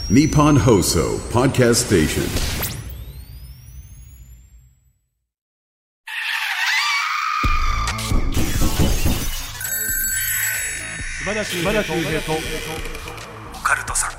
Nippon Hoso Podcast Station. 島田秀平とオカルトさん。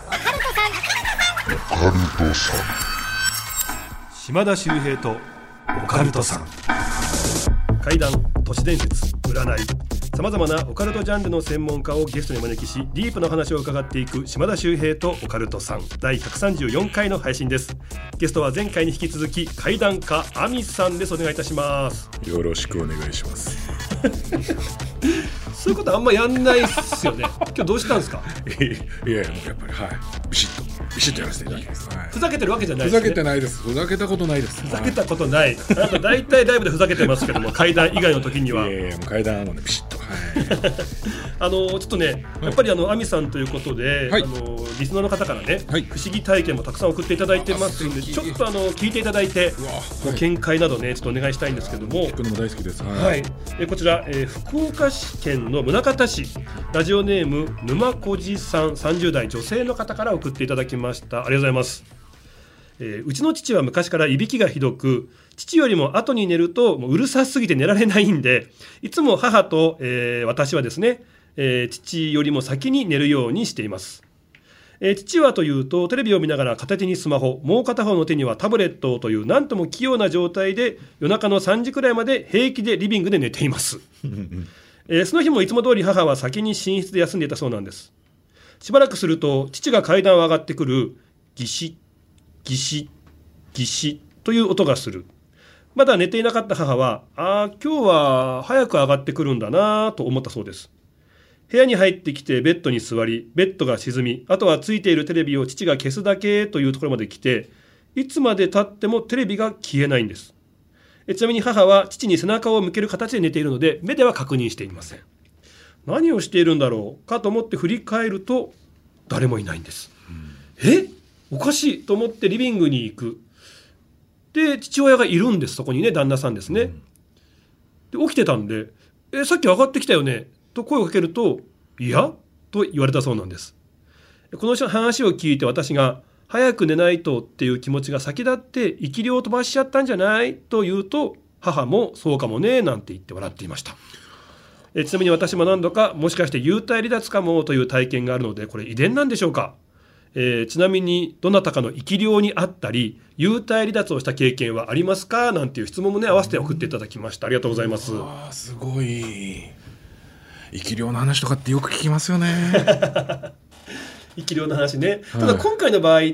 島田秀平とオカルトさん。怪談、都市伝説、占い、さまざまなオカルトジャンルの専門家をゲストにお招きし、ディープな話を伺っていく島田秀平とオカルトさん第134回の配信です。ゲストは前回に引き続き怪談家アミさんです。お願いいたします。 よろしくお願いします。 そういうことあんまやんないっすよね。今日どうしたんですか？ いやもうやっぱりビシッとやらせていただきます、 ふざけてるわけじゃないですね。 ふざけてないです。ふざけたことないです。 ふざけたことない。あと大体ライブでふざけてますけども、怪談以外の時には。 もう怪談はねビシッと。 ちょっとね、やっぱりアミさんということで、リスナーの方からね、不思議体験もたくさん送っていただいてますので、ちょっと聞いていただいて、見解などねちょっとお願いしたいんですけども。 聞くのも大好きです。 こちら、福岡市県の宗像市、ラジオネーム沼小路さん、30代女性の方から送っていただきました。ありがとうございます。うちの父は昔からいびきがひどく、父よりも後に寝るともううるさすぎて寝られないんで、いつも母と、私はですね、父よりも先に寝るようにしています。父はというと、テレビを見ながら片手にスマホ、もう片方の手にはタブレットというなんとも器用な状態で、夜中の3時くらいまで平気でリビングで寝ています。その日もいつも通り母は先に寝室で休んでいたそうなんです。しばらくすると父が階段を上がってくるギシギシギシという音がする。まだ寝ていなかった母は、今日は早く上がってくるんだなと思ったそうです。部屋に入ってきてベッドに座り、ベッドが沈み、あとはついているテレビを父が消すだけというところまで来て、いつまで経ってもテレビが消えないんです。ちなみに母は父に背中を向ける形で寝ているので、目では確認していません。何をしているんだろうかと思って振り返ると誰もいないんです。おかしいと思ってリビングに行く。で、父親がいるんです。そこにね、旦那さんですね。で、起きてたんで、さっき上がってきたよねと声をかけると、いやと言われたそうなんです。この話を聞いて、私が早く寝ないとっていう気持ちが先立って生き量を飛ばしちゃったんじゃないと言うと、母もそうかもねなんて言って笑っていました。ちなみに私も何度かもしかして幽体離脱かもという体験があるので、これ遺伝なんでしょうか。ちなみにどなたかの生き量にあったり幽体離脱をした経験はありますかなんていう質問もね合わせて送っていただきました。ありがとうございます。 すごい生き量の話とかってよく聞きますよね。 生き量の話ね、ただ今回の場合って、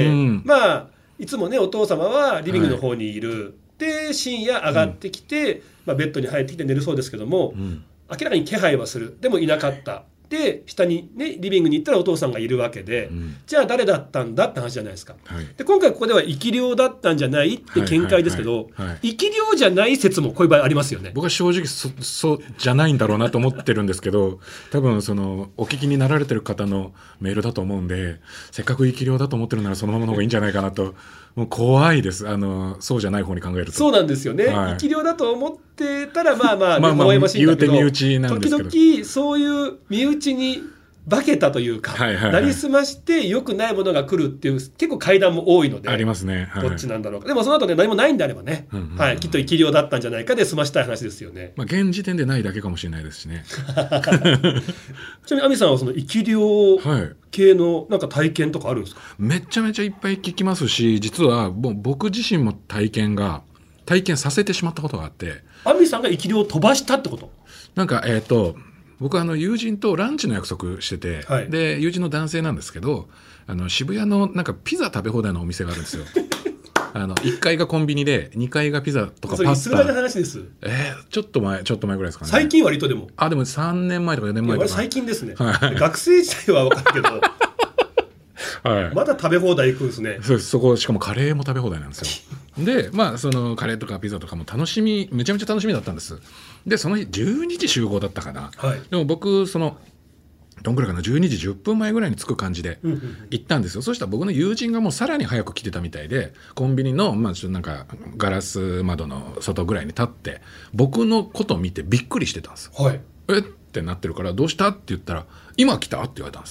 いつもねお父様はリビングの方にいる、で深夜上がってきて、ベッドに入ってきて寝るそうですけども、明らかに気配はする。でもいなかった。で下にねリビングに行ったらお父さんがいるわけで、じゃあ誰だったんだって話じゃないですか。で今回ここでは生き量だったんじゃないって見解ですけど、生き量じゃない説もこういう場合ありますよね。 僕は正直そうじゃないんだろうなと思ってるんですけど、多分そのお聞きになられてる方のメールだと思うんで、せっかく生き量だと思ってるならそのままの方がいいんじゃないかなと。もう怖いです。そうじゃない方に考えると。 そうなんですよね、生き量だと思ってたら微笑ましいんだけど、 言うて身内なんですけど、 時々そういう身内に化けたというか、なりすまして良くないものが来るっていう結構怪談も多いので、 ありますね、 どっちなんだろうか。でもその後ね何もないんであればね、きっと生き量だったんじゃないかで済ましたい話ですよね。 現時点でないだけかもしれないですしね。 ちなみにアミさんはその生き量系のなんか体験とかあるんですか？ めちゃめちゃいっぱい聞きますし、実はもう僕自身も体験させてしまったことがあって。 アミさんが生き量を飛ばしたってこと？ なんか僕友人とランチの約束してて、で友人の男性なんですけど、渋谷のなんかピザ食べ放題のお店があるんですよ。1階がコンビニで2階がピザとかパスタ。それいつぐらいの話です？ちょっと前ぐらいですかね。 最近割とでも。 でも3年前とか4年前とか。 最近ですね。学生時代は分かるけど。まだ食べ放題行くんですね。 そこしかもカレーも食べ放題なんですよ。でそのカレーとかピザとかもめちゃめちゃ楽しみだったんです。でその日12時集合だったかな、でも僕どんぐらいかな、12時10分前ぐらいに着く感じで行ったんですよ。そしたら僕の友人がもうさらに早く来てたみたいで、コンビニの、なんかガラス窓の外ぐらいに立って僕のことを見てびっくりしてたんですよ。ってなってるから、どうしたって言ったら、今来たって言われたんですよ。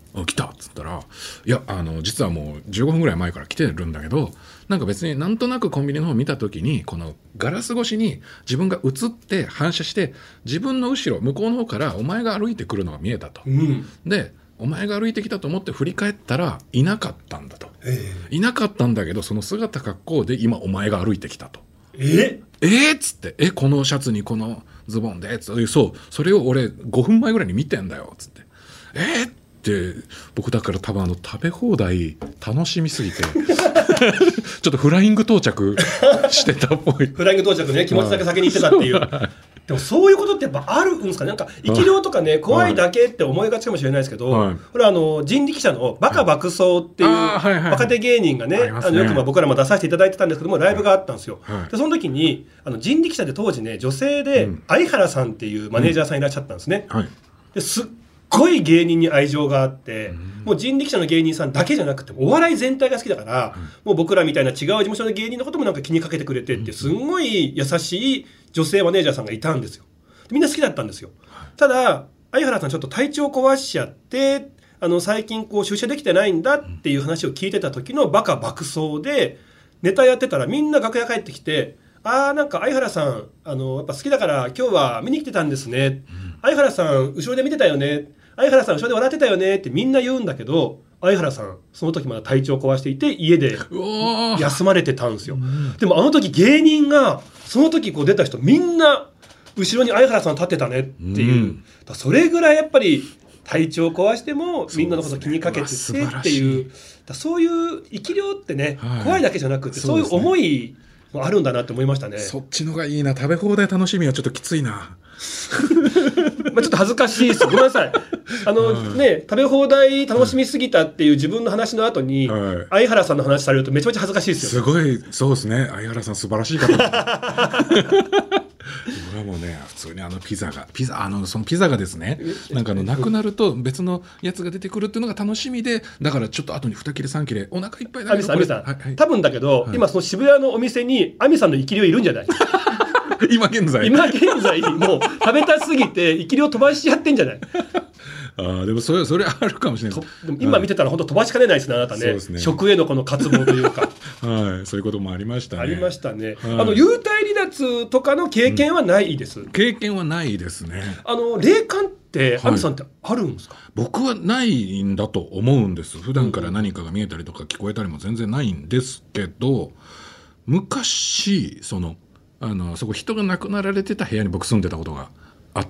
来たっつったら、いや実はもう15分ぐらい前から来てるんだけど、なんか別になんとなくコンビニの方を見た時にこのガラス越しに自分が映って反射して、自分の後ろ向こうの方からお前が歩いてくるのが見えたと、でお前が歩いてきたと思って振り返ったらいなかったんだと、いなかったんだけどその姿格好で今お前が歩いてきたと。っつってこのシャツにこのズボンでそうそれを俺5分前ぐらいに見てんだよっつってって僕だから多分食べ放題楽しみすぎてちょっとフライング到着してたっぽいフライング到着ね、気持ちだけ先に行ってたっていう、でもそういうことってやっぱあるんですかね。なんか生き量とかね、怖いだけって思いがちかもしれないですけど、これ人力車のバカ爆走っていう若手芸人がね、よく僕らも出させていただいてたんですけども、ライブがあったんですよ。でその時に人力車で当時ね、女性で相原さんっていうマネージャーさんいらっしゃったんですね。ですっごい芸人に愛情があって、もう人力車の芸人さんだけじゃなくてお笑い全体が好きだから、もう僕らみたいな違う事務所の芸人のこともなんか気にかけてくれてって、すんごい優しい女性マネージャーさんがいたんですよ。みんな好きだったんですよ。ただ相原さんちょっと体調壊しちゃって、最近出社できてないんだっていう話を聞いてた時のバカ爆走でネタやってたら、みんな楽屋帰ってきて、なんか相原さんやっぱ好きだから今日は見に来てたんですね、相原さん後ろで見てたよね、相原さん後ろで笑ってたよねってみんな言うんだけど、相原さんその時まだ体調壊していて家で休まれてたんですよ。でも時芸人がその時出た人みんな後ろに相原さん立ってたねっていう、それぐらいやっぱり体調壊してもみんなのこと気にかけててっていう、そういう生き量ってね、怖いだけじゃなくてそういう思いもあるんだなって思いましたね。 そっちのがいいな。食べ放題楽しみはちょっときついなちょっと恥ずかしいです。ごめんなさい。食べ放題楽しみすぎたっていう自分の話の後に、相原さんの話されるとめちゃめちゃ恥ずかしいですよ。 すごい、そうですね。相原さん素晴らしい方僕はもうね、普通にそのピザがですね、なんかなくなると別のやつが出てくるっていうのが楽しみで、だからちょっと後に2切れ3切れお腹いっぱいだけど、 亜美さん、多分だけど、今その渋谷のお店に亜美さんの生き量いるんじゃない今現在もう食べたすぎて生き量飛ばしちゃってんじゃない。 でもそれあるかもしれない。 でも今見てたら本当飛ばしかねないですね、あなたね。食へのこの渇望というかそういうこともありましたね。 ありましたね。幽体離脱とかの経験はないです、 経験はないですね。 霊感って亜美さんってあるんですか？ 僕はないんだと思うんです。普段から何かが見えたりとか聞こえたりも全然ないんですけど、昔そこ人が亡くなられてた部屋に僕住んでたことがあって、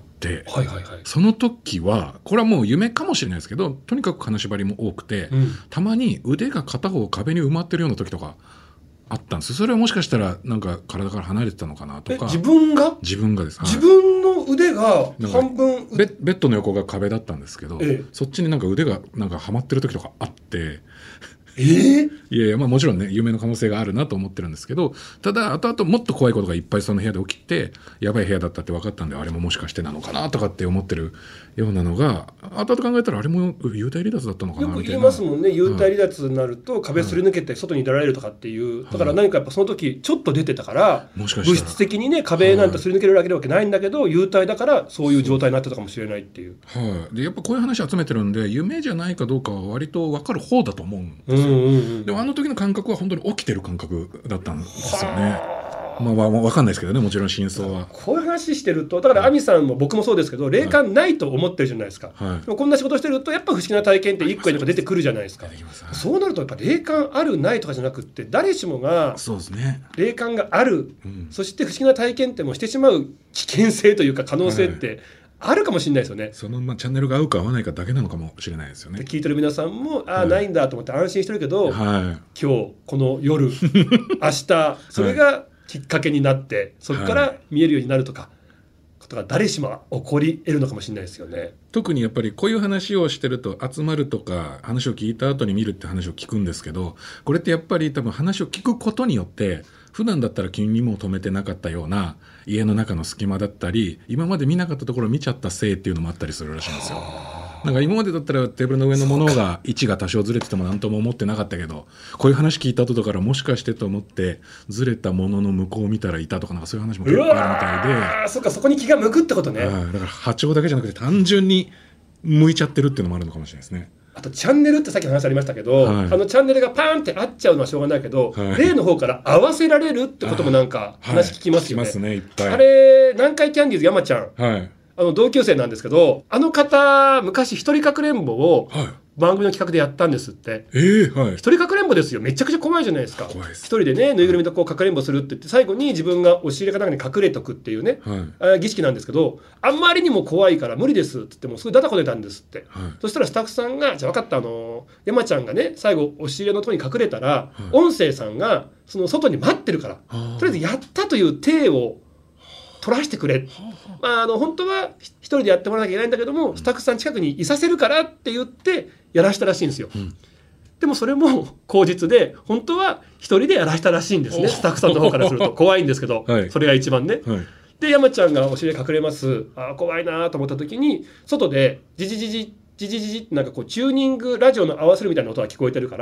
その時はこれはもう夢かもしれないですけど、とにかく金縛りも多くて、たまに腕が片方壁に埋まってるような時とかあったんです。それはもしかしたらなんか体から離れてたのかなとか。 自分がです、自分の腕が半分ベッドの横が壁だったんですけど、そっちになんか腕がなんかはまってる時とかあって、いやもちろんね夢の可能性があるなと思ってるんですけど、ただ後々もっと怖いことがいっぱいその部屋で起きて、やばい部屋だったって分かったんで、あれももしかしてなのかなとかって思ってるようなのが、後々考えたらあれも幽体離脱だったのかなみたいな。 よく言いますもんね、幽体離脱になると壁すり抜けて外に出られるとかっていう、だから何かやっぱその時ちょっと出てたから、物質的にね壁なんてすり抜けるわけないんだけど、幽体だからそういう状態になってたかもしれないっていう、 でやっぱこういう話集めてるんで、夢じゃないかどうかは割と分かる方だと思うんですよ。でも時の感覚は本当に起きてる感覚だったんですよね。分かんないですけどね、もちろん真相は。こういう話してると、だから亜美さんも僕もそうですけど、霊感ないと思ってるじゃないですか、でもこんな仕事してるとやっぱ不思議な体験って1個や2個出てくるじゃないですか。そうなるとやっぱ霊感あるないとかじゃなくって、誰しもが霊感がある、そして不思議な体験ってもしてしまう危険性というか可能性ってあるかもしれないですよね。 そのチャンネルが合うか合わないかだけなのかもしれないですよね。 聞いてる皆さんもないんだと思って安心してるけど、今日この夜明日それがきっかけになって、そこから見えるようになるとか、ことが誰しも起こり得るのかもしれないですよね。 特にやっぱりこういう話をしてると集まるとか、話を聞いた後に見るって話を聞くんですけど、これってやっぱり多分話を聞くことによって、普段だったら気にも留めてなかったような家の中の隙間だったり、今まで見なかったところを見ちゃったせいっていうのもあったりするらしいんですよ。なんか今までだったらテーブルの上のものが位置が多少ずれてても何とも思ってなかったけど、こういう話聞いた後だからもしかしてと思ってずれたものの向こうを見たらいたとか、なんかそういう話も結構あるみたいで。 そうか、そこに気が向くってことね。 だから波長だけじゃなくて単純に向いちゃってるっていうのもあるのかもしれないですね。 あとチャンネルってさっきの話ありましたけど、はい、チャンネルがパーンって合っちゃうのはしょうがないけど、はい、例の方から合わせられるってこともなんか話聞きますよね。 聞きますね、いっぱい。 あれ南海キャンディーズ山ちゃん、 はい、 同級生なんですけど、あの方昔一人かくれんぼを、はい、番組の企画でやったんですって。 はい、 一人かくれんぼですよ。めちゃくちゃ怖いじゃないですか。 怖いです。 一人でね、ぬいぐるみとこうかくれんぼするって言って、最後に自分が押し入れかなんかに隠れとくっていうね、はい、儀式なんですけど、あんまりにも怖いから無理ですって言ってもすぐダダこねたんですって、はい、そしたらスタッフさんが、じゃあ分かった、山ちゃんがね最後押し入れのところに隠れたら、はい、音声さんがその外に待ってるから、とりあえずやったという体を取らせてくれ、本当は一人でやってもらわなきゃいけないんだけども、スタッフさん近くにいさせるからって言ってやらしたらしいんですよ、でもそれも口実で本当は一人でやらしたらしいんですね、スタッフさんの方からすると怖いんですけど、はい、それが一番ね、はい、で山ちゃんがお尻で隠れます。怖いなと思った時に外でジジジジジジジジってなんかこうチューニングラジオの合わせるみたいな音が聞こえてるから、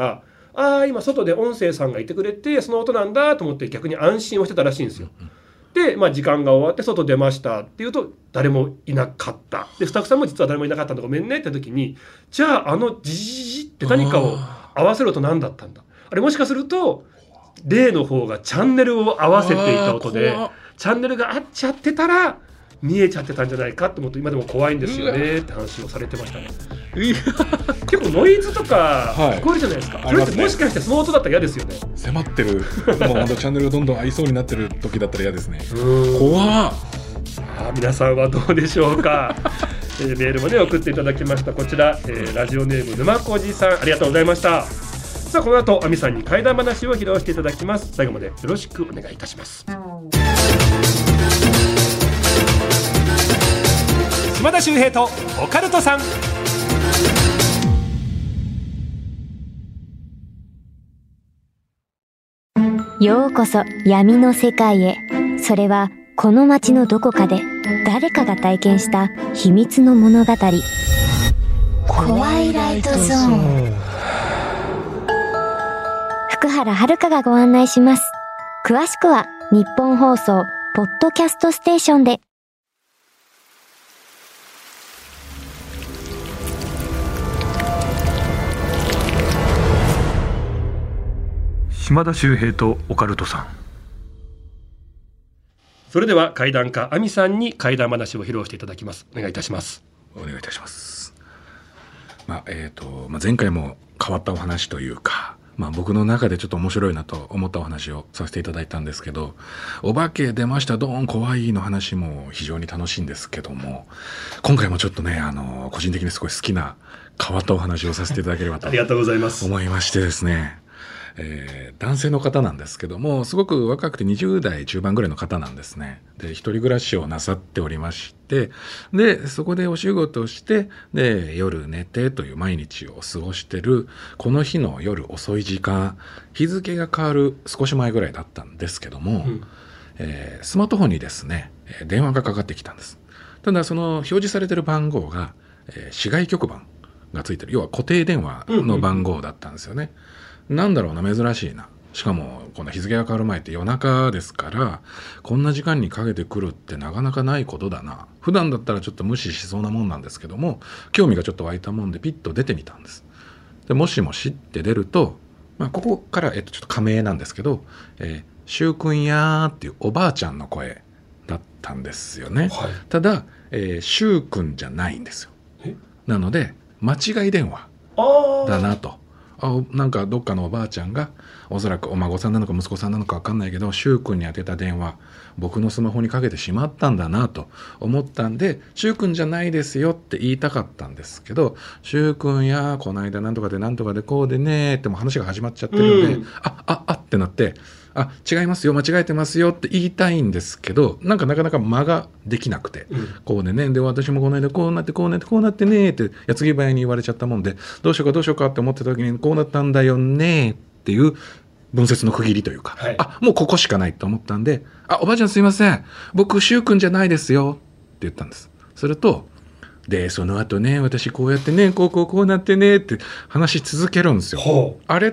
今外で音声さんがいてくれてその音なんだと思って逆に安心をしてたらしいんですよ。で、時間が終わって外出ましたっていうと誰もいなかった。でスタッフさんも実は誰もいなかったんだごめんねって時に、じゃあジジジって何かを合わせると何だったんだ、あれもしかすると例の方がチャンネルを合わせていた音で、チャンネルが合っちゃってたら見えちゃってたんじゃないかって思うと今でも怖いんですよねって話をされてましたね。結構ノイズとか聞こえるじゃないですか、はい、それってもしかしてその音だったら嫌ですよね。 迫ってるもうチャンネルがどんどん合いそうになってる時だったら嫌ですね。怖っ。 皆さんはどうでしょうか。メールもね送っていただきました。こちら、ラジオネーム沼小路さんありがとうございました。さあこの後亜美さんに怪談話を披露していただきます。最後までよろしくお願いいたします。島田秀平とオカルトさん。 ようこそ闇の世界へ。それはこの街のどこかで誰かが体験した秘密の物語。怖いライトゾーン。福原遥がご案内します。詳しくは日本放送ポッドキャストステーションで。 島田秀平とオカルトさん。それでは怪談家亜美さんに怪談話を披露していただきます。お願いいたします。 お願いいたします。前回も変わったお話というか、僕の中でちょっと面白いなと思ったお話をさせていただいたんですけど、お化け出ましたドーン怖いの話も非常に楽しいんですけども、今回もちょっとね個人的にすごい好きな変わったお話をさせていただければとありがとうございます思いましてですね、男性の方なんですけども、すごく若くて20代中盤ぐらいの方なんですね。で一人暮らしをなさっておりまして、でそこでお仕事をして、で夜寝てという毎日を過ごしてるこの日の夜遅い時間、日付が変わる少し前ぐらいだったんですけども、スマートフォンにですね電話がかかってきたんです。ただその表示されてる番号が、市外局番がついてる、要は固定電話の番号だったんですよね。なんだろうな、珍しいな。しかもこの日付が変わる前って夜中ですから、こんな時間にかけてくるってなかなかないことだな。普段だったらちょっと無視しそうなもんなんですけども、興味がちょっと湧いたもんでピッと出てみたんです。でもしもしって出ると、ここからちょっと仮名なんですけど、しゅうくんやーっていうおばあちゃんの声だったんですよね、はい、ただ、しゅうくんじゃないんですよ。なので間違い電話だなと。なんかどっかのおばあちゃんがおそらくお孫さんなのか息子さんなのか分かんないけど、しゅうくんに当てた電話僕のスマホにかけてしまったんだなと思ったんで、しゅうくんじゃないですよって言いたかったんですけど、しゅうくんやこの間なんとかでなんとかでこうでねっても話が始まっちゃってるんで、ってなって、違いますよ間違えてますよって言いたいんですけど、なかなか間ができなくて、こうでね、で私もこの間こうなってこうなってこうなってねって矢継ぎ早に言われちゃったもんで、どうしようかって思ってた時にこうなったんだよねっていう文節の区切りというか、はい、もうここしかないと思ったんで、おばあちゃんすいません、僕しゅうくんじゃないですよって言ったんです。するとでその後ね、私こうやってねこうなってねって話し続けるんですよ。あれと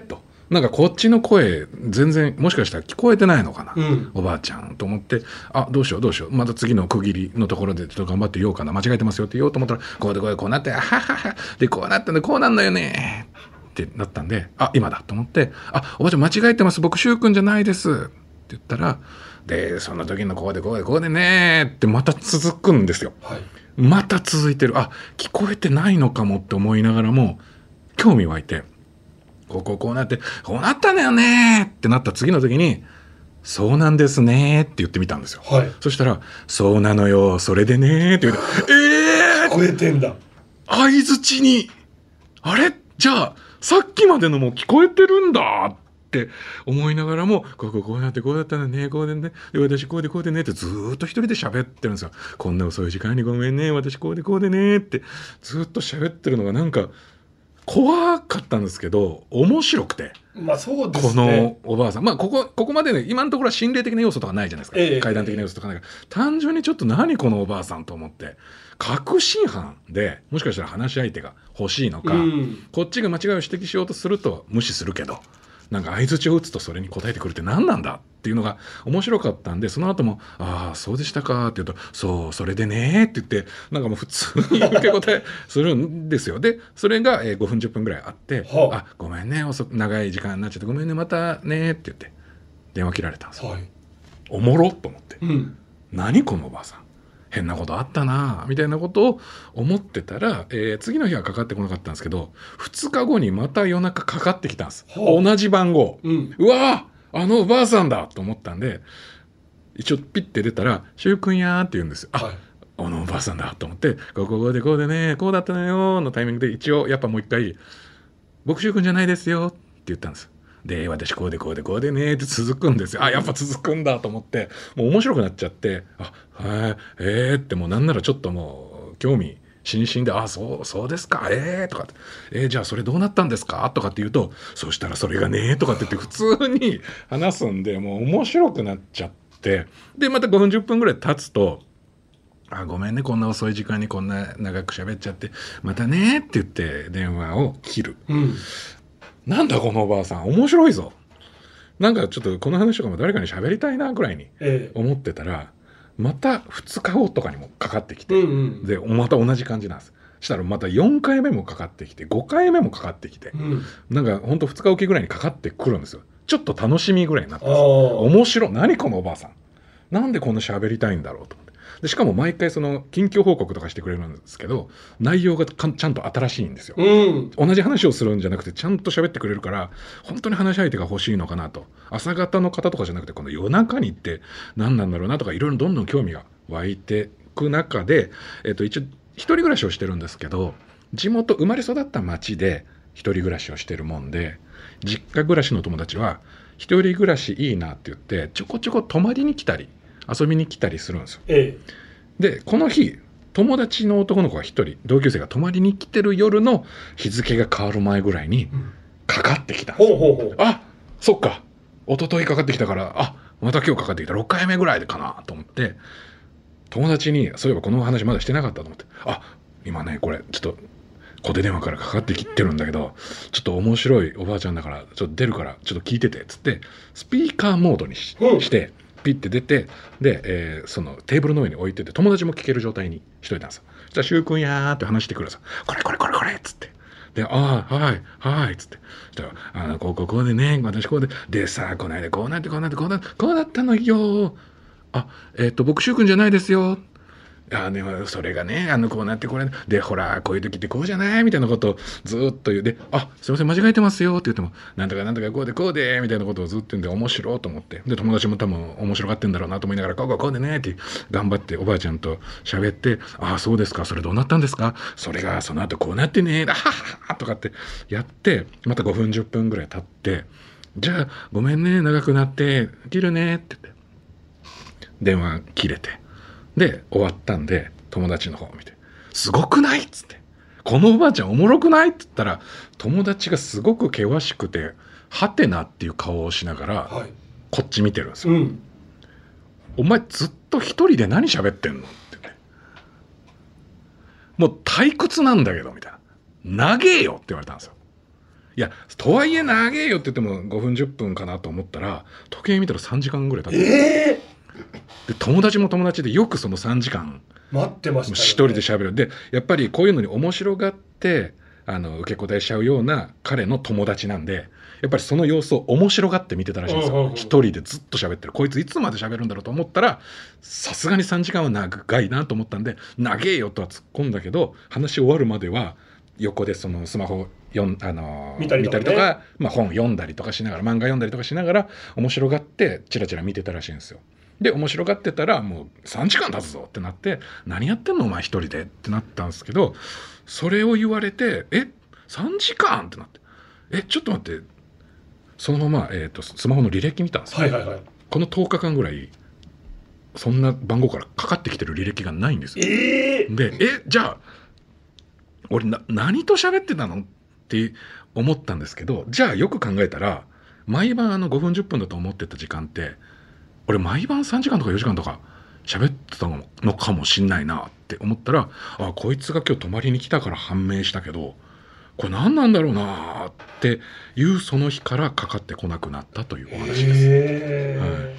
なんかこっちの声全然もしかしたら聞こえてないのかな、おばあちゃんと思って、どうしようまた次の区切りのところでちょっと頑張って言おうかな、間違えてますよって言おうと思ったら、こうでこうなってはははでこうなったんでこうなんだよねってなったんで、今だと思って、おばあちゃん間違えてます、僕柊君じゃないですって言ったら、でその時のこうでねってまた続くんですよ、また続いてる。聞こえてないのかもって思いながらも興味湧いて、こうなってこうなったんだよねってなった次の時に、そうなんですねって言ってみたんですよ、そしたら、そうなのよそれでねって言うと聞こえてんだ。 相づちに、あれじゃあさっきまでのも聞こえてるんだって思いながらも、こうなってこうだったんだね、こうでね、で私こうでねってずーっと一人で喋ってるんですよ。こんな遅い時間にごめんね、私こうでねってずーっと喋ってるのがなんか怖かったんですけど面白くて、 そうですね、 このおばあさん、ここまでね、今のところは心霊的な要素とかないじゃないですか、怪談的な要素とかないから、単純にちょっと何このおばあさんと思って、確信犯でもしかしたら話し相手が欲しいのか、こっちが間違いを指摘しようとすると無視するけど、なんか相づちを打つとそれに答えてくるって何なんだっていうのが面白かったんで、その後もそうでしたかって言うと、それでねって言って、なんかもう普通に受け答えするんですよ。でそれが5分10分ぐらいあって、ごめんね長い時間になっちゃってごめんねまたねって言って電話切られたんですよ、おもろっと思って、何このおばあさん変なことあったなみたいなことを思ってたら、次の日はかかってこなかったんですけど、2日後にまた夜中かかってきたんです、同じ番号、うわあのおばあさんだと思ったんで、一応ピッて出たら柊君やーって言うんですよ。あのおばあさんだと思って、こうでねこうだったのよのタイミングで一応やっぱもう一回、僕柊君じゃないですよって言ったんです。で私こうでねって続くんですよ。やっぱ続くんだと思って、もう面白くなっちゃって、ってもうなんならちょっともう興味津々で、そうですかとかって、じゃあそれどうなったんですかとかって言うと、そしたらそれがねとかって言って普通に話すんで、もう面白くなっちゃって、でまた5分10分ぐらい経つと、ごめんねこんな遅い時間にこんな長く喋っちゃってまたねって言って電話を切る、なんだこのおばあさん面白いぞ、なんかちょっとこの話とかも誰かに喋りたいなぐらいに思ってたら、また2日後とかにもかかってきて、でまた同じ感じなんです。したらまた4回目もかかってきて5回目もかかってきて、なんかほんと2日おきぐらいにかかってくるんですよ。ちょっと楽しみぐらいになってます。面白い、何このおばあさんなんでこんな喋りたいんだろうと思って、でしかも毎回その近況報告とかしてくれるんですけど、内容がちゃんと新しいんですよ、同じ話をするんじゃなくてちゃんと喋ってくれるから、本当に話し相手が欲しいのかなと、朝方の方とかじゃなくてこの夜中にって何なんだろうなとか、いろいろどんどん興味が湧いてく中で、一応一人暮らしをしてるんですけど、地元生まれ育った町で一人暮らしをしてるもんで、実家暮らしの友達は一人暮らしいいなって言ってちょこちょこ泊まりに来たり遊びに来たりするんですよ、でこの日友達の男の子が一人同級生が泊まりに来てる夜の日付が変わる前ぐらいにかかってきたんですよ、そっか一昨日かかってきたから、また今日かかってきた6回目ぐらいでかなと思って、友達にそういえばこの話まだしてなかったと思って、今ねこれちょっと固定電話からかかってきてるんだけど、ちょっと面白いおばあちゃんだからちょっと出るからちょっと聞いててっつってスピーカーモードにしてピッて出て、で、そのテーブルの上に置いてて友達も聞ける状態にしといたんですよ。じゃあ柊君やーって話してくるんですよ。これっつって、ではいっつって、そしたらこうでね私こうでさこの間こうなってこうだったのよ、僕柊君じゃないですよ、ね、それがねこうなってこれでほらこういう時ってこうじゃないみたいなことをずっと言うで、すいません間違えてますよって言ってもなんとかこうでみたいなことをずっと言うんで面白いと思って、で友達も多分面白がってんだろうなと思いながらこうでねって頑張っておばあちゃんと喋って、そうですかそれどうなったんですか、それがその後こうなってねとかってやって、また5分10分ぐらい経って、じゃあごめんね長くなって切るねって言って電話切れて、で終わったんで友達の方を見てすごくないっつって、このおばあちゃんおもろくないって言ったら、友達がすごく険しくてはてなっていう顔をしながら、こっち見てるんですよ、お前ずっと一人で何喋ってんのってね、もう退屈なんだけどみたいな、長えよって言われたんですよ。 いやとはいえ長えよって言っても5分10分かなと思ったら時計見たら3時間ぐらい経ってで友達も友達でよくその3時間待ってましたよね。 一人で喋るでやっぱりこういうのに面白がって受け答えしちゃうような彼の友達なんでやっぱりその様子を面白がって見てたらしいんですよ。一人でずっと喋ってるこいついつまで喋るんだろうと思ったらさすがに3時間は長いなと思ったんで長えよとは突っ込んだけど話終わるまでは横でそのスマホ見たりとか、本読んだりとかしながら漫画読んだりとかしながら面白がってチラチラ見てたらしいんですよ。で面白がってたらもう3時間経つぞってなって何やってんのお前一人でってなったんですけどそれを言われて3時間ってなってちょっと待ってそのまま、スマホの履歴見たんですよ、この10日間ぐらいそんな番号からかかってきてる履歴がないんですよ、でじゃあ俺何と喋ってたのって思ったんですけどじゃあよく考えたら毎晩5分10分だと思ってた時間って俺毎晩3時間とか4時間とか喋ってたのかもしんないなって思ったらこいつが今日泊まりに来たから判明したけどこれ何なんだろうなっていうその日からかかってこなくなったというお話です、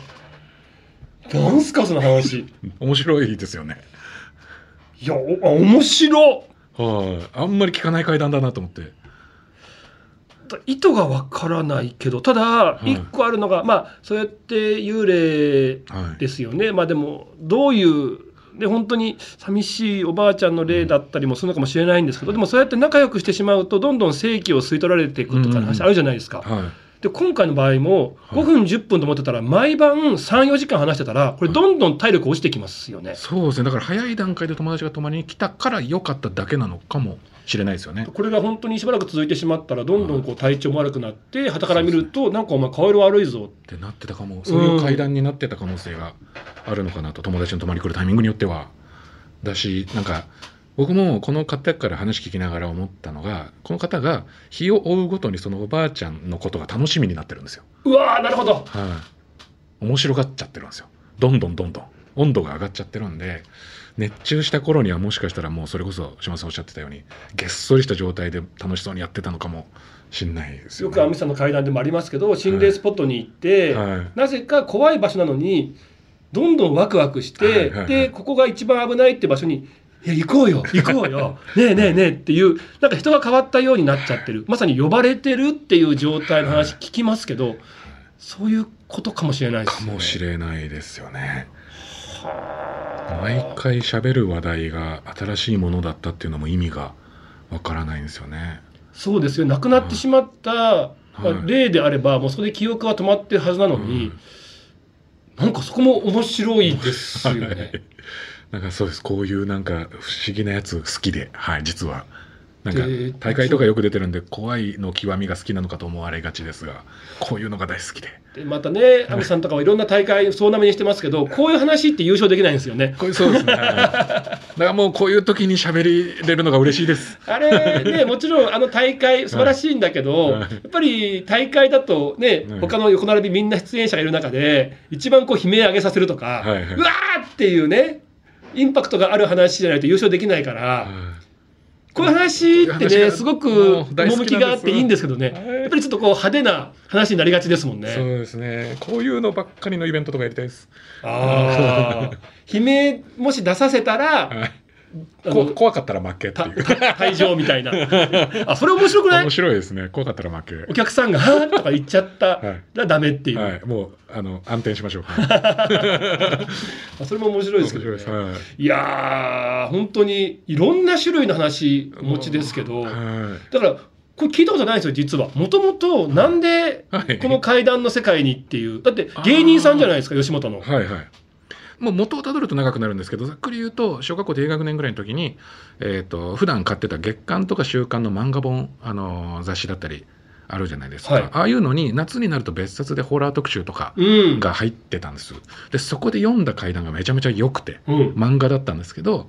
なんすかその話面白いですよね。 いや面白あんまり聞かない怪談だなと思って意図がわからないけどただ一個あるのが、そうやって幽霊ですよね、でもどういうで本当に寂しいおばあちゃんの霊だったりもするのかもしれないんですけどでもそうやって仲良くしてしまうとどんどん生気を吸い取られていくとか話あるじゃないですか、で今回の場合も5分10分と思ってたら毎晩 3,4 時間話してたらこれどんどん体力落ちてきますよね、 そうですねだから早い段階で友達が泊まりに来たから良かっただけなのかもしれないですよね。 これが本当にしばらく続いてしまったらどんどん体調も悪くなって傍から見るとなんかお前顔色悪いぞってなってたかもそういう階段になってた可能性があるのかなと友達の泊まり来るタイミングによってはだしなんか僕もこの方から話聞きながら思ったのがこの方が日を追うごとにそのおばあちゃんのことが楽しみになってるんですよ。 うわーなるほど、 面白がっちゃってるんですよ。どんどん温度が上がっちゃってるんで熱中した頃にはもしかしたらもうそれこそ島さんおっしゃってたようにげっそりした状態で楽しそうにやってたのかもしれないですよね。 よくアミさんの階段でもありますけど心霊スポットに行って、なぜか怖い場所なのにどんどんワクワクして、でここが一番危ないって場所に行こうよねえねえねえっていうなんか人が変わったようになっちゃってるまさに呼ばれてるっていう状態の話聞きますけど、そういうことかもしれないですね。 かもしれないですよね。毎回喋る話題が新しいものだったっていうのも意味がわからないんですよね。 そうですよ亡くなってしまった例であればもうそれで記憶は止まってるはずなのに、なんかそこも面白いですよねなんかそうですこういうなんか不思議なやつ好きで実はなんか大会とかよく出てるんで怖いの極みが好きなのかと思われがちですがこういうのが大好きでまたねアミさんとかはいろんな大会総なめにしてますけどこういう話って優勝できないんですよね。 そうですねだからもうこういう時に喋れるのが嬉しいです。 あれねもちろん大会素晴らしいんだけど、やっぱり大会だとね、他の横並びみんな出演者がいる中で一番こう悲鳴上げさせるとか、うわーっていうねインパクトがある話じゃないと優勝できないから、こういう話ってねすごく趣があっていいんですけどね、やっぱりちょっとこう派手な話になりがちですもんね。 そうですねこういうのばっかりのイベントとかやりたいです。 悲鳴もし出させたら、 怖かったら負けっていう退場みたいなそれ面白くない？ 面白いですね。怖かったら負け。 お客さんがはーとか言っちゃったらダメっていう、 もう暗転しましょうそれも面白いですけどね。いやー本当にいろんな種類の話お持ちですけど、だからこれ聞いたことないんですよ実は。もともとなんでこの怪談の世界にっていうだって芸人さんじゃないですか吉本の。 もう元をたどると長くなるんですけどざっくり言うと小学校低学年ぐらいの時に、普段買ってた月刊とか週刊の漫画本雑誌だったりあるじゃないですか、ああいうのに夏になると別冊でホラー特集とかが入ってたんです、でそこで読んだ怪談がめちゃめちゃ良くて、漫画だったんですけど、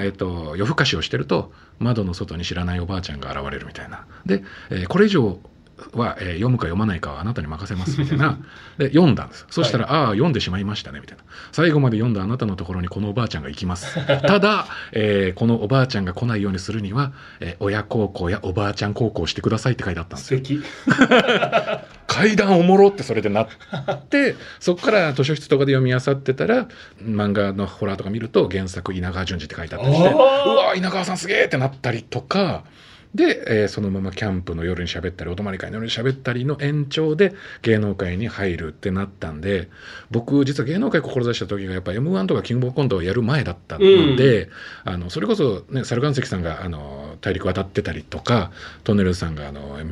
夜更かしをしてると窓の外に知らないおばあちゃんが現れるみたいなで、これ以上は、読むか読まないかはあなたに任せますみたいなで読んだんです。そしたら、ああ読んでしまいましたねみたいな。最後まで読んだあなたのところにこのおばあちゃんが行きますただ、このおばあちゃんが来ないようにするには、親孝行やおばあちゃん孝行してくださいって書いてあったんですよ。 素敵階段おもろってそれでなってそこから図書室とかで読み漁ってたら漫画のホラーとか見ると原作稲川淳二って書いてあったりして、うわ稲川さんすげえってなったりとかで、そのままキャンプの夜に喋ったりお泊まり会の夜に喋ったりの延長で芸能界に入るってなったんで、僕実は芸能界志した時がやっぱ M1 とかキングオブコントをやる前だったので、それこそね猿岩石さんが大陸渡ってたりとかトンネルズさんが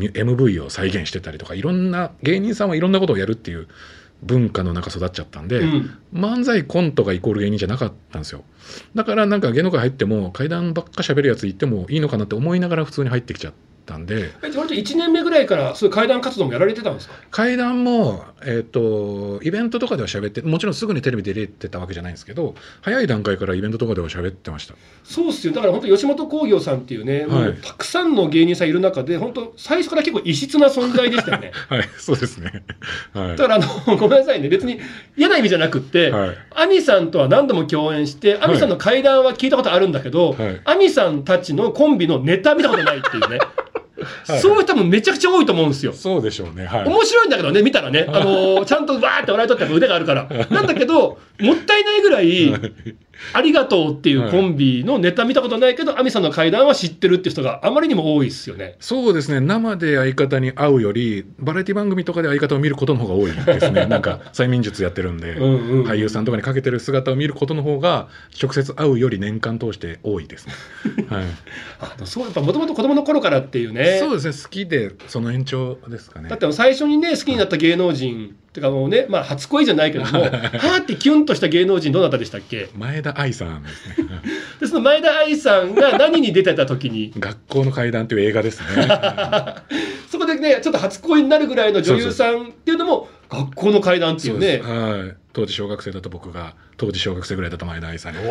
MV を再現してたりとかいろんな芸人さんはいろんなことをやるっていう文化の中育っちゃったんで、漫才コントがイコール芸人じゃなかったんですよ。だからなんか芸能界入っても怪談ばっか喋るやついてもいいのかなって思いながら普通に入ってきちゃったんで。 割と1年目ぐらいからそういう怪談活動もやられてたんですか？ 怪談も、イベントとかでは喋ってもちろんすぐにテレビで出てたわけじゃないんですけど早い段階からイベントとかでは喋ってました。 そうっすよ。だから本当吉本興業さんっていうね、もうたくさんの芸人さんいる中で本当最初から結構異質な存在でしたよねはいそうですね、はい、 だからごめんなさいね別に嫌な意味じゃなくって、亜美さんとは何度も共演して亜美さんの怪談は聞いたことあるんだけど亜美さんたちのコンビのネタ見たことないっていうねそういう人もめちゃくちゃ多いと思うんですよ。 そうでしょうね、 面白いんだけどね見たらね、ちゃんとわーって笑い取って腕があるからなんだけどもったいないぐらいありがとうっていうコンビのネタ見たことないけど亜美さんの怪談は知ってるって人があまりにも多いですよね。 そうですね、生で相方に会うよりバラエティ番組とかで相方を見ることの方が多いですねなんか催眠術やってるんで俳優さんとかにかけてる姿を見ることの方が直接会うより年間通して多いですね、 そうやっぱもともと子供の頃からっていうね。 そうですね、好きでその延長ですかね。 だって最初にね好きになった芸能人ってかもうね、初恋じゃないけどもはーってキュンとした芸能人どなたでしたっけ？ 前田愛さんですねでその前田愛さんが何に出てた時に学校の怪談という映画ですねそこでねちょっと初恋になるぐらいの女優さんっていうのも学校の怪談っていうね。 当時小学生だった僕が当時小学生ぐらいだった前田愛さんに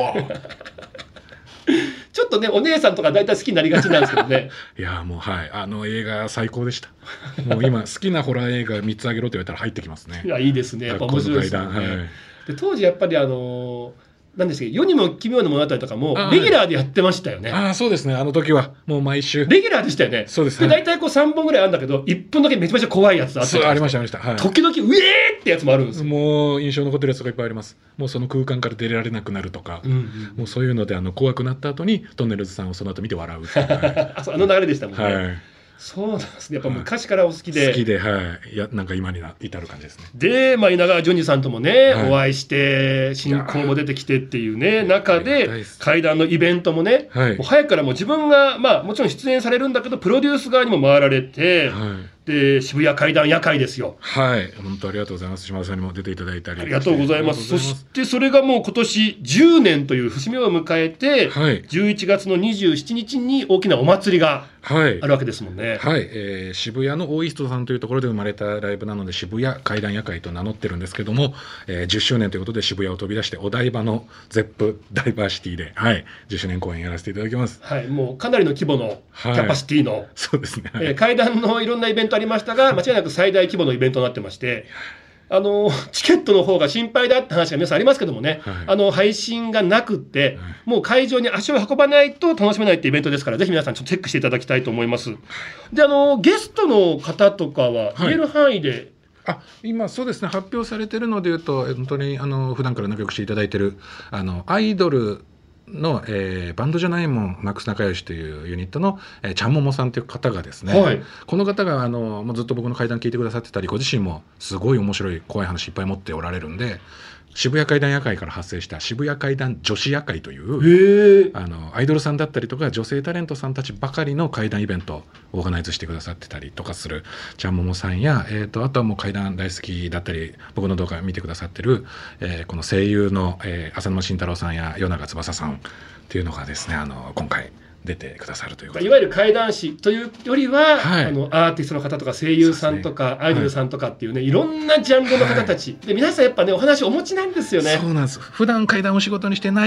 ちょっとねお姉さんとか大体好きになりがちなんですけどねいやもう映画最高でしたもう今好きなホラー映画3つあげろって言われたら入ってきますねいやいいですね、やっぱ面白いですよね、で当時やっぱりなんですけど世にも奇妙な物語とかもレギュラーでやってましたよね。 そうですね、あの時はもう毎週レギュラーでしたよね。 そうです、 で大体こう3本ぐらいあるんだけど1本だけめちゃめちゃ怖いやつあって、 ありました、 時々ウェーってやつもあるんですよ。 もう印象残ってるやつがいっぱいあります。もうその空間から出られなくなるとか、もうそういうので怖くなった後にトンネルズさんをその後見て笑うあの流れでしたもんね、そうなんですね。やっぱ昔からお好きで、 いやなんか今に至る感じですね。 で、稲川淳二さんともね、お会いして進行も出てきてっていうね中で怪談のイベントもね、もう早くからもう自分がもちろん出演されるんだけどプロデュース側にも回られて、で渋谷怪談夜会ですよ。 本当ありがとうございます。島田さんにも出ていただいたりありがとうございます。そしてそれがもう今年10年という節目を迎えて、11月の27日に大きなお祭りがあるわけですもんね。 渋谷のオーイストさんというところで生まれたライブなので渋谷怪談夜会と名乗ってるんですけども、10周年ということで渋谷を飛び出してお台場のゼップダイバーシティで、10周年公演やらせていただきます。 もうかなりの規模のキャパシティの、 そうですね、 怪談のいろんなイベントありましたが間違いなく最大規模のイベントになってまして、チケットの方が心配だって話が皆さんありますけどもね、配信がなくって、もう会場に足を運ばないと楽しめないってイベントですから、ぜひ皆さんちょっとチェックしていただきたいと思います。でゲストの方とかは言える範囲で、 今そうですね、発表されてるのでいうと本当に普段から仲良くしていただいてるアイドルの、バンドじゃないもんマックス仲良しというユニットの、ちゃんももさんという方がですね、この方がもうずっと僕の怪談聞いてくださってたりご自身もすごい面白い怖い話いっぱい持っておられるんで、渋谷怪談夜会から発生した渋谷怪談女子夜会というアイドルさんだったりとか女性タレントさんたちばかりの怪談イベントをオーガナイズしてくださってたりとかするちゃんももさんや、あとはもう怪談大好きだったり僕の動画見てくださってる、この声優の、浅沼慎太郎さんや与永翼さんっていうのがですね今回出てくださるということで、 いわゆる怪談師というよりは、アーティストの方とか声優さんとか、アイドルさんとかっていうね、いろんなジャンルの方たち、で皆さんやっぱねお話お持ちなんですよね。 そうなんです。普段怪談を仕事にしてない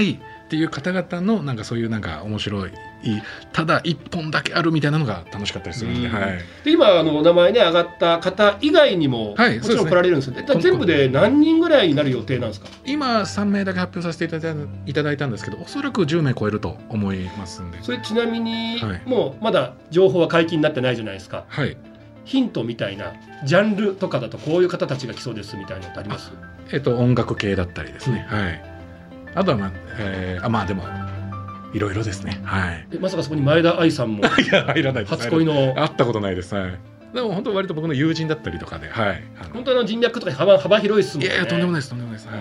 っていう方々のなんかそういうなんか面白いただ一本だけあるみたいなのが楽しかったりするんで、はい、 で今名前ね上がった方以外にも、はい、もちろん来られるんですよね。全部で何人ぐらいになる予定なんですか？ 今3名だけ発表させていただいたんですけど、おそらく10名超えると思いますんで。 それちなみに、はい、もうまだ情報は解禁になってないじゃないですか。はい、ヒントみたいなジャンルとかだとこういう方たちが来そうですみたいなのってあります？ 音楽系だったりですね、はい、あとはまあでもいろいろですね、はい、 まさかそこに前田愛さんもいや入らないです。 初恋の会ったことないです、はい、でも本当割と僕の友人だったりとかで、はい、 本当人脈とか幅広いですもんね。 いやとんでもないですとんでもないです、はい、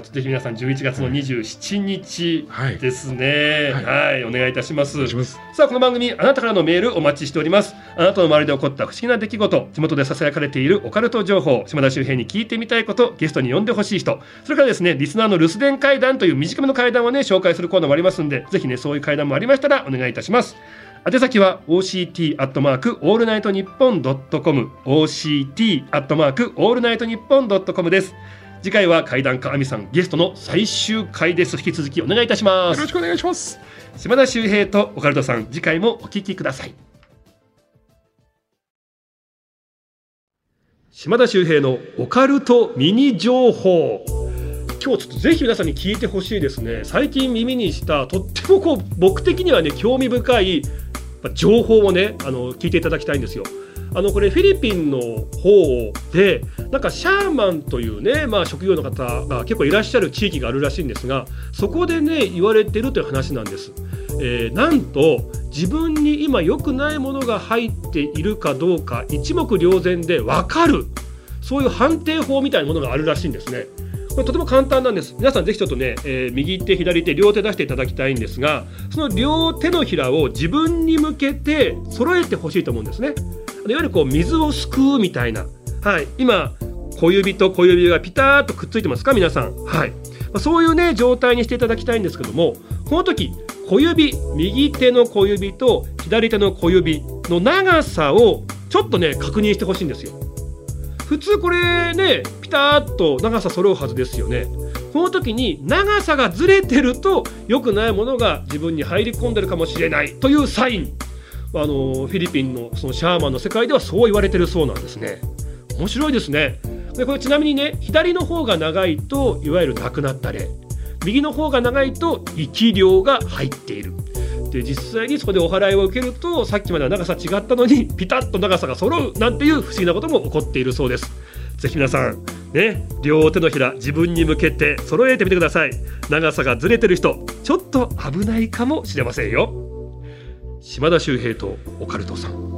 ぜひ皆さん11月の27日ですね、はいはいはい、お願いいたします。さあこの番組あなたからのメールお待ちしております。あなたの周りで起こった不思議な出来事、地元でささやかれているオカルト情報、島田秀平に聞いてみたいこと、ゲストに呼んでほしい人、それからですねリスナーの留守電怪談という短めの怪談をね紹介するコーナーもありますんで、ぜひねそういう怪談もありましたらお願いいたします。宛先は OCT@allnightnippon.com OCT@allnightnippon.com です。次回は怪談家亜美さんゲストの最終回です。引き続きお願いいたします。 よろしくお願いします。 島田秀平とオカルトさん、次回もお聞きください。島田秀平のオカルトミニ情報、今日ちょっとぜひ皆さんに聞いてほしいですね。最近耳にしたとっても僕的にはね興味深い情報をね聞いていただきたいんですよ。これフィリピンの方でなんかシャーマンというね、職業の方が結構いらっしゃる地域があるらしいんですが、そこでね言われてるという話なんです。なんと自分に今良くないものが入っているかどうか一目瞭然で分かる、そういう判定法みたいなものがあるらしいんですね。これとても簡単なんです。皆さんぜひちょっとね、右手左手両手出していただきたいんですが、その両手のひらを自分に向けて揃えてほしいと思うんですね。いわゆる水をすくうみたいな、はい、今小指と小指がピタッとくっついてますか皆さん、はい、そういうね状態にしていただきたいんですけども、この時小指、右手の小指と左手の小指の長さをちょっとね確認してほしいんですよ。普通これねピタッと長さ揃うはずですよね。この時に長さがずれてると良くないものが自分に入り込んでるかもしれないというサイン、フィリピンのそのシャーマンの世界ではそう言われてるそうなんですね。面白いですね。でこれちなみにね左の方が長いといわゆる亡くなった例、右の方が長いと生き量が入っている。で実際にそこでお祓いを受けるとさっきまでは長さ違ったのにピタッと長さが揃うなんていう不思議なことも起こっているそうです。ぜひ皆さんね両手のひら自分に向けて揃えてみてください。長さがずれてる人ちょっと危ないかもしれませんよ。島田秀平とオカルトさん。